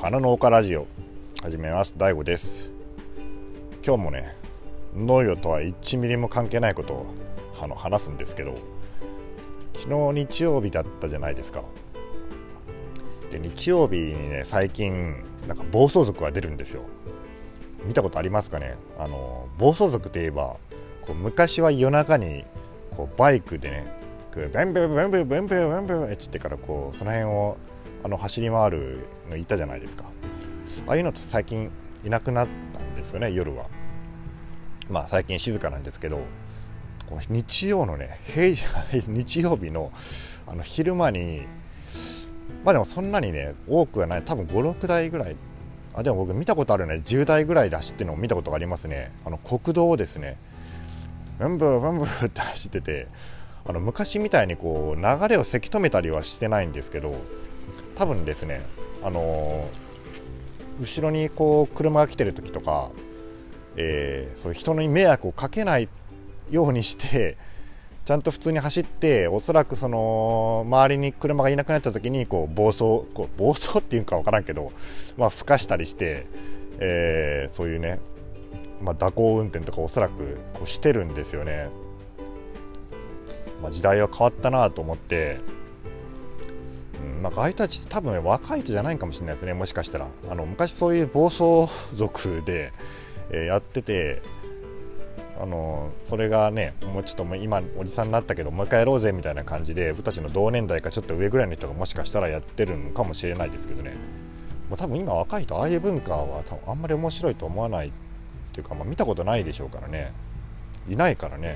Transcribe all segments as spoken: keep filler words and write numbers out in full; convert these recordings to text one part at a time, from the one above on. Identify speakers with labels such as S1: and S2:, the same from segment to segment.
S1: 花の丘ラジオ始めます。大悟です。今日もね、農業とはいちミリも関係ないことをあの話すんですけど、昨日日曜日だったじゃないですか。で日曜日にね、最近なんか暴走族が出るんですよ。見たことありますかね。あの暴走族といえばこう昔は夜中にこうバイクでね、ブンブンブンブンブンブンブンブンってからこうその辺をあの走り回るのいたじゃないですか。ああいうのと最近いなくなったんですよね、夜は。まあ最近静かなんですけど、この日曜のね、平日曜日のあの昼間に、まあでもそんなにね多くはない、多分ご、ろくだいぐらい、あでも僕見たことあるね、じゅうだいぐらいで走ってるのを見たことがありますね。あの国道をですね、ブンブンブンブンって走ってて、あの昔みたいにこう流れをせき止めたりはしてないんですけど、多分ですね、あのー、後ろにこう車が来てる時とか、えー、そういう人に迷惑をかけないようにしてちゃんと普通に走って、おそらくその周りに車がいなくなった時にこう暴走こう暴走っていうか分からんけど、まあ、ふかしたりして、えー、そういうね、まあ、蛇行運転とかおそらくこうしてるんですよね。まあ、時代は変わったなと思って、なんかああいう人たち多分若い人じゃないかもしれないですね。もしかしたらあの昔そういう暴走族で、えー、やってて、あのそれがね、もうちょっともう今おじさんになったけどもう一回やろうぜみたいな感じで、僕たちの同年代かちょっと上ぐらいの人がもしかしたらやってるのかもしれないですけどね。もう多分今若い人ああいう文化は多分あんまり面白いと思わないっていうか、まあ、見たことないでしょうからね。いないからね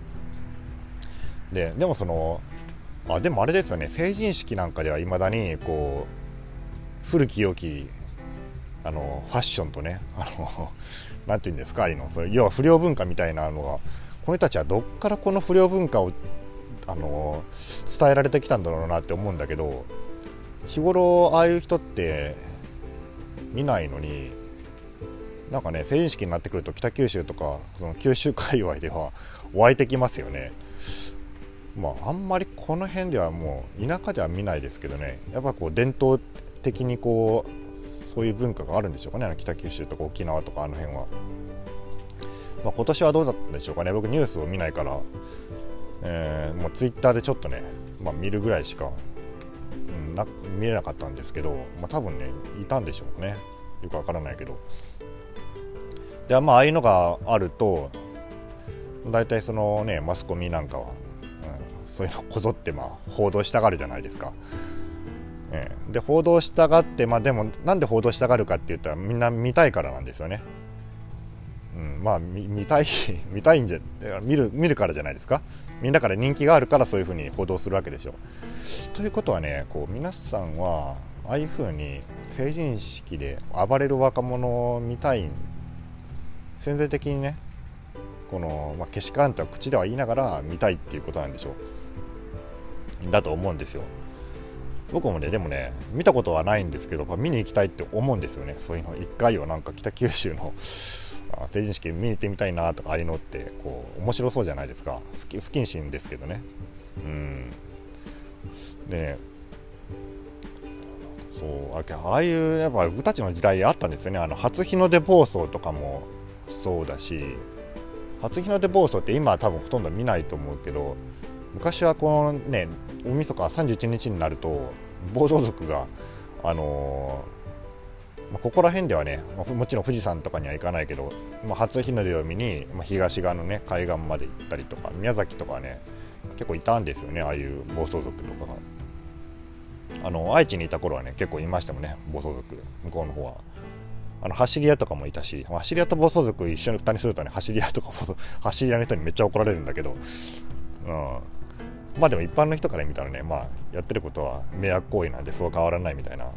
S1: 今で。でもそのあでもあれですよね、成人式なんかではいまだにこう古き良きあのファッションとね、あのなんていうんですか、ああいうの、それ要は不良文化みたいなのが、この人たちはどっからこの不良文化をあの伝えられてきたんだろうなって思うんだけど、日頃ああいう人って見ないのに、なんかね、成人式になってくると北九州とかその九州界隈では湧いてきますよね。まあ、あんまりこの辺ではもう田舎では見ないですけどね、やっぱこう伝統的にこうそういう文化があるんでしょうかね、あの北九州とか沖縄とかあの辺は。まあ、今年はどうだったんでしょうかね。僕ニュースを見ないから、えー、もうツイッターでちょっとね、まあ、見るぐらいしか、うん、な見れなかったんですけど、まあ、多分ねいたんでしょうね、よくわからないけど。でまあああいうのがあるとだいたいそのねマスコミなんかはそういうのこぞってまあ報道したがるじゃないですか。ええ、で報道したがって、まあでもなんで報道したがるかって言ったらみんな見たいからなんですよね。うん、まあ 見, 見たい見たいんじゃ見る見るからじゃないですか。みんなから人気があるからそういうふうに報道するわけでしょ。ということはね、こう皆さんはああいうふうに成人式で暴れる若者を見たい、潜在的にね、この、まあ、けしからんとは口では言いながら見たいっていうことなんでしょう。だと思うんですよ。僕もね、でもね見たことはないんですけど、まあ、見に行きたいって思うんですよね。そういうの一回はなんか北九州の成人式見に行ってみたいなとか、ああいうのってこう面白そうじゃないですか。不謹慎ですけどね。うんでね、そうああいうやっぱ僕たちの時代あったんですよね。あの初日の出暴走とかもそうだし、初日の出暴走って今は多分ほとんど見ないと思うけど、昔はこのね大晦日さんじゅういちにちになると暴走族があのーまあ、ここら辺ではね、まあ、もちろん富士山とかには行かないけど、まあ、初日の出を見に、まあ、東側のね海岸まで行ったりとか、宮崎とかはね結構いたんですよね、ああいう暴走族とかが。あの愛知にいた頃はね結構いましたもんね、暴走族。向こうの方はあの走り屋とかもいたし、走り屋と暴走族一緒にふたりするとね、走り屋とか走り屋の人にめっちゃ怒られるんだけど、うん、まあでも一般の人から見たらね、まあやってることは迷惑行為なんでそう変わらないみたいな、うん、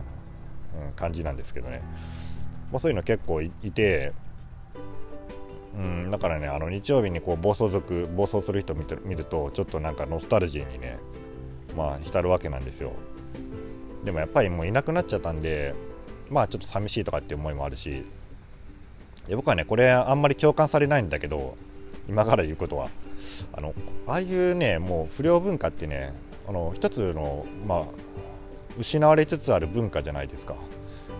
S1: 感じなんですけどね。まあ、そういうの結構いて、うん、だからね、あの日曜日にこう暴走族暴走する人を見て見るとちょっとなんかノスタルジーにね、まあ浸るわけなんですよ。でもやっぱりもういなくなっちゃったんで、まあちょっと寂しいとかっていう思いもあるし、で僕はねこれあんまり共感されないんだけど、今から言うことはあのああいうねもう不良文化ってね、あの一つのまあ失われつつある文化じゃないですか。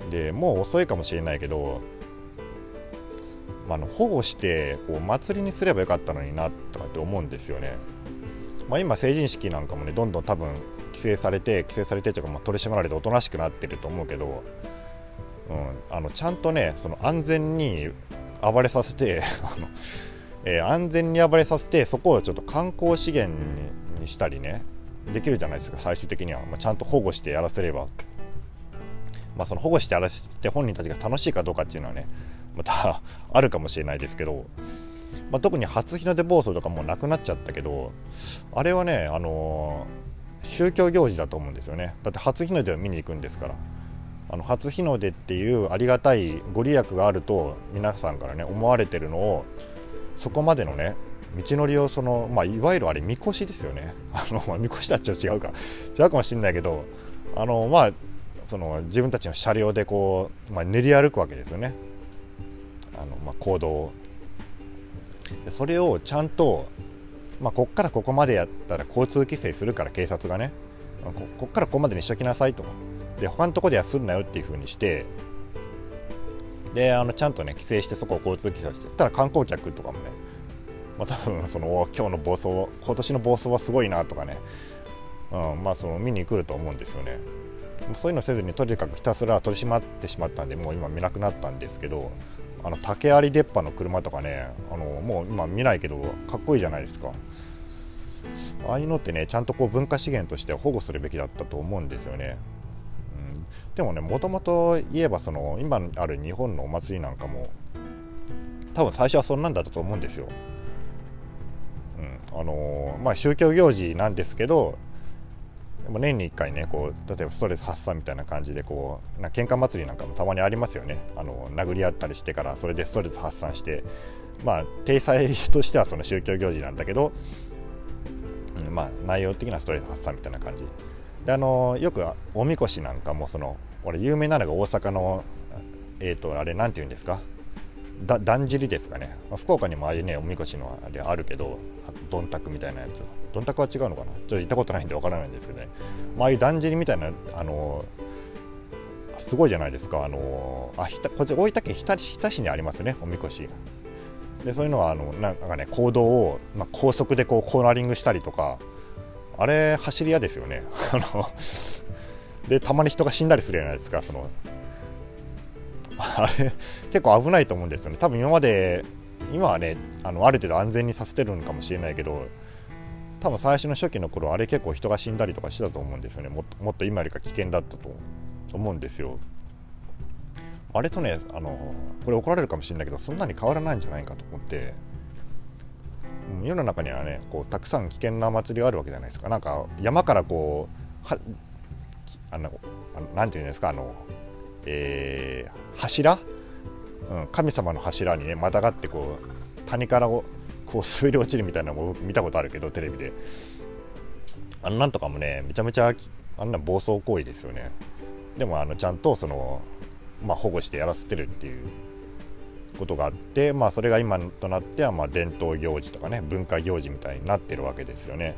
S1: でもう遅いかもしれないけど、まあ、あの保護してこう祭りにすればよかったのになとかって思うんですよね。まあ、今成人式なんかもねどんどん多分規制されて規制されてというか、まあ、取り締まられておとなしくなってると思うけど、うん、あのちゃんとねその安全に暴れさせてあの、えー、安全に暴れさせてそこをちょっと観光資源に、にしたりねできるじゃないですか。最終的には、まあ、ちゃんと保護してやらせれば、まあ、その保護してやらせて本人たちが楽しいかどうかっていうのはねまたあるかもしれないですけど、まあ、特に初日の出暴走とかもうなくなっちゃったけど、あれはね、あのー、宗教行事だと思うんですよね。だって初日の出を見に行くんですから。あの初日の出っていうありがたいご利益があると皆さんからね思われてるのを、そこまでのね道のりをその、まあ、いわゆるあれみこしですよね。あの、まあ、みこしとはちょっと違うか違うかもしれないけど、あのまあその自分たちの車両でこう、まあ、練り歩くわけですよね。あの、まあ、行動を。それをちゃんと、まあ、こっからここまでやったら交通規制するから警察がね こ, こっからここまでにしときなさいと。で他のとこではするなよっていう風にして、であのちゃんとね規制してそこを交通規制して、たら観光客とかもね、まあ、多分その今日の暴走今年の暴走はすごいなとかね、うん、まあその見に来ると思うんですよね。そういうのせずにとにかくひたすら取り締まってしまったんで、もう今見なくなったんですけど、あの竹槍出っ歯の車とかね、あのもう今見ないけどかっこいいじゃないですか。ああいうのってねちゃんとこう文化資源として保護するべきだったと思うんですよね。うん、でもねもともと言えばその今ある日本のお祭りなんかも多分最初はそんなんだったと思うんですよ。うん、あのー、まあ宗教行事なんですけど、年にいっかいねこう例えばストレス発散みたいな感じでこうな喧嘩祭りなんかもたまにありますよね。あの殴り合ったりしてからそれでストレス発散して、まあ体裁としてはその宗教行事なんだけど、うん、まあ内容的なストレス発散みたいな感じで、あのよくおみこしなんかもその俺有名なのが大阪のえっとあれなんていうんですか、だだんじりですかね。福岡にもああいうねおみこしのあれあるけど、どんたくみたいなやつ、どんたくは違うのかな、ちょっと行ったことないんでわからないんですけどね、まあ、ああいうだんじりみたいなあのすごいじゃないですか。あのあひたこっち大分県日田日田市にありますねおみこしで、そういうのはあのなんかね公道を、まあ、高速でこうコーナリングしたりとか、あれ走り屋ですよねあのでたまに人が死んだりするじゃないですか。そのあれ結構危ないと思うんですよね。多分今まで今はね あのある程度安全にさせてるのかもしれないけど、多分最初の初期の頃あれ結構人が死んだりとかしてたと思うんですよね。もっともっと今よりか危険だったと思うんですよ。あれとねあのこれ怒られるかもしれないけどそんなに変わらないんじゃないかと思って、うん、世の中にはねこうたくさん危険な祭りがあるわけじゃないですか。なんか山からこうはあのあのなんていうんですかあのえー、柱、うん、神様の柱にねまたがってこう谷からこう滑り落ちるみたいなのも見たことあるけどテレビで、あのなんとかもねめちゃめちゃあんな暴走行為ですよね。でもあのちゃんとその、まあ、保護してやらせてるっていうことがあって、まあ、それが今となってはまあ伝統行事とかね文化行事みたいになってるわけですよね。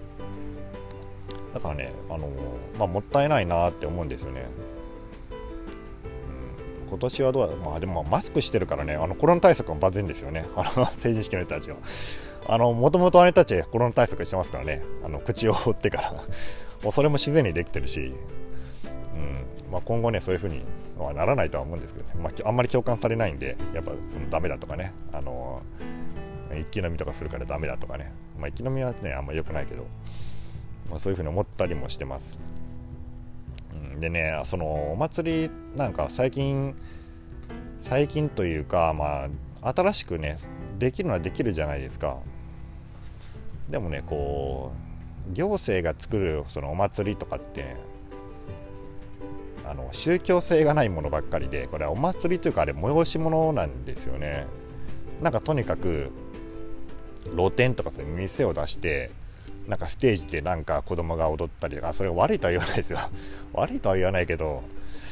S1: だからねあの、まあ、もったいないなって思うんですよね。今年はどうだ、まあでもマスクしてるからね、あのコロナ対策も万全ですよね。あの成人式の人たちはあのもともとあれたちはコロナ対策してますからね。あの口を覆ってからもうそれも自然にできてるし、うんまあ、今後ねそういう風にはならないとは思うんですけどね、まあ、あんまり共感されないんでやっぱそのダメだとかね、あの一気飲みとかするからダメだとかね、まあ、一気飲みはねあんまり良くないけど、まあ、そういう風に思ったりもしてます。でね、そのお祭りなんか最近最近というか、まあ新しくねできるのはできるじゃないですか。でもねこう行政が作るそのお祭りとかって、ね、あの宗教性がないものばっかりで、これはお祭りというかあれ催し物なんですよね。なんかとにかく露店とかそういう店を出してなんかステージでなんか子供が踊ったりとか、それが悪いとは言わないですよ悪いとは言わないけど、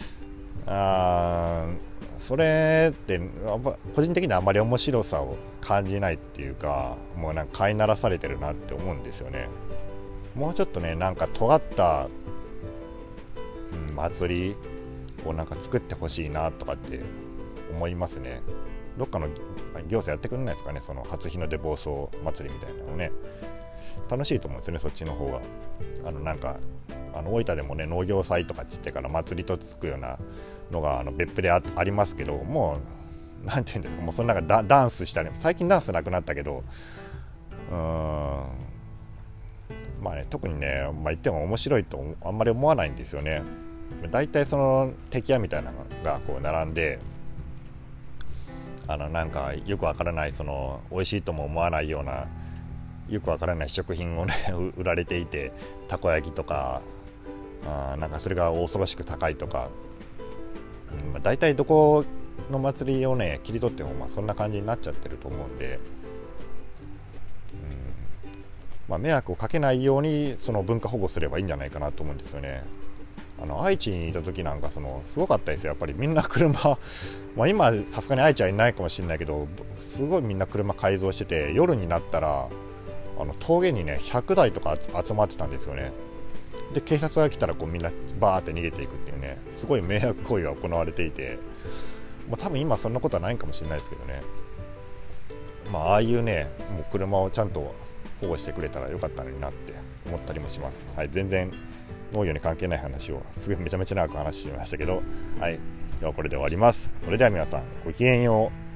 S1: あそれって個人的にはあまり面白さを感じないっていうか、もうなんか飼いならされてるなって思うんですよね。もうちょっとねなんか尖った、うん、祭りこうなんか作ってほしいなとかって思いますね。どっかの行政やってくれないですかね、その初日の出房走祭りみたいなのね。楽しいと思うんですよね、そっちの方が。あのなんかあの大分でもね、農業祭とかっつってから祭りとつくようなのがあの別府で あ, ありますけど、もうなんていうんですか、もうその中ダダンスしたり、最近ダンスなくなったけど、うーんまあね、特にね、まあ、言っても面白いとあんまり思わないんですよね。だいたいその敵屋みたいなのがこう並んで、あのなんかよくわからない、その美味しいとも思わないようなよくわからない食品をね売られていて、たこ焼きとか、あなんかそれが恐ろしく高いとか、うん、だいたいどこの祭りをね切り取ってもまあそんな感じになっちゃってると思うんで、うんまあ、迷惑をかけないようにその文化保護すればいいんじゃないかなと思うんですよね。あの愛知にいた時なんかそのすごかったですよ、やっぱりみんな車まあ今さすがに愛知はいないかもしれないけど、すごいみんな車改造してて、夜になったらあの峠にねひゃくだいとか集まってたんですよね。で警察が来たらこうみんなバーって逃げていくっていうね、すごい迷惑行為が行われていて、まあ、多分今そんなことはないかもしれないですけどね。まあああいうねもう車をちゃんと保護してくれたらよかったのになって思ったりもします。はい、全然農業に関係ない話をすごいめちゃめちゃ長く話してましたけど、はい、ではこれで終わります。それでは皆さんごきげんよう。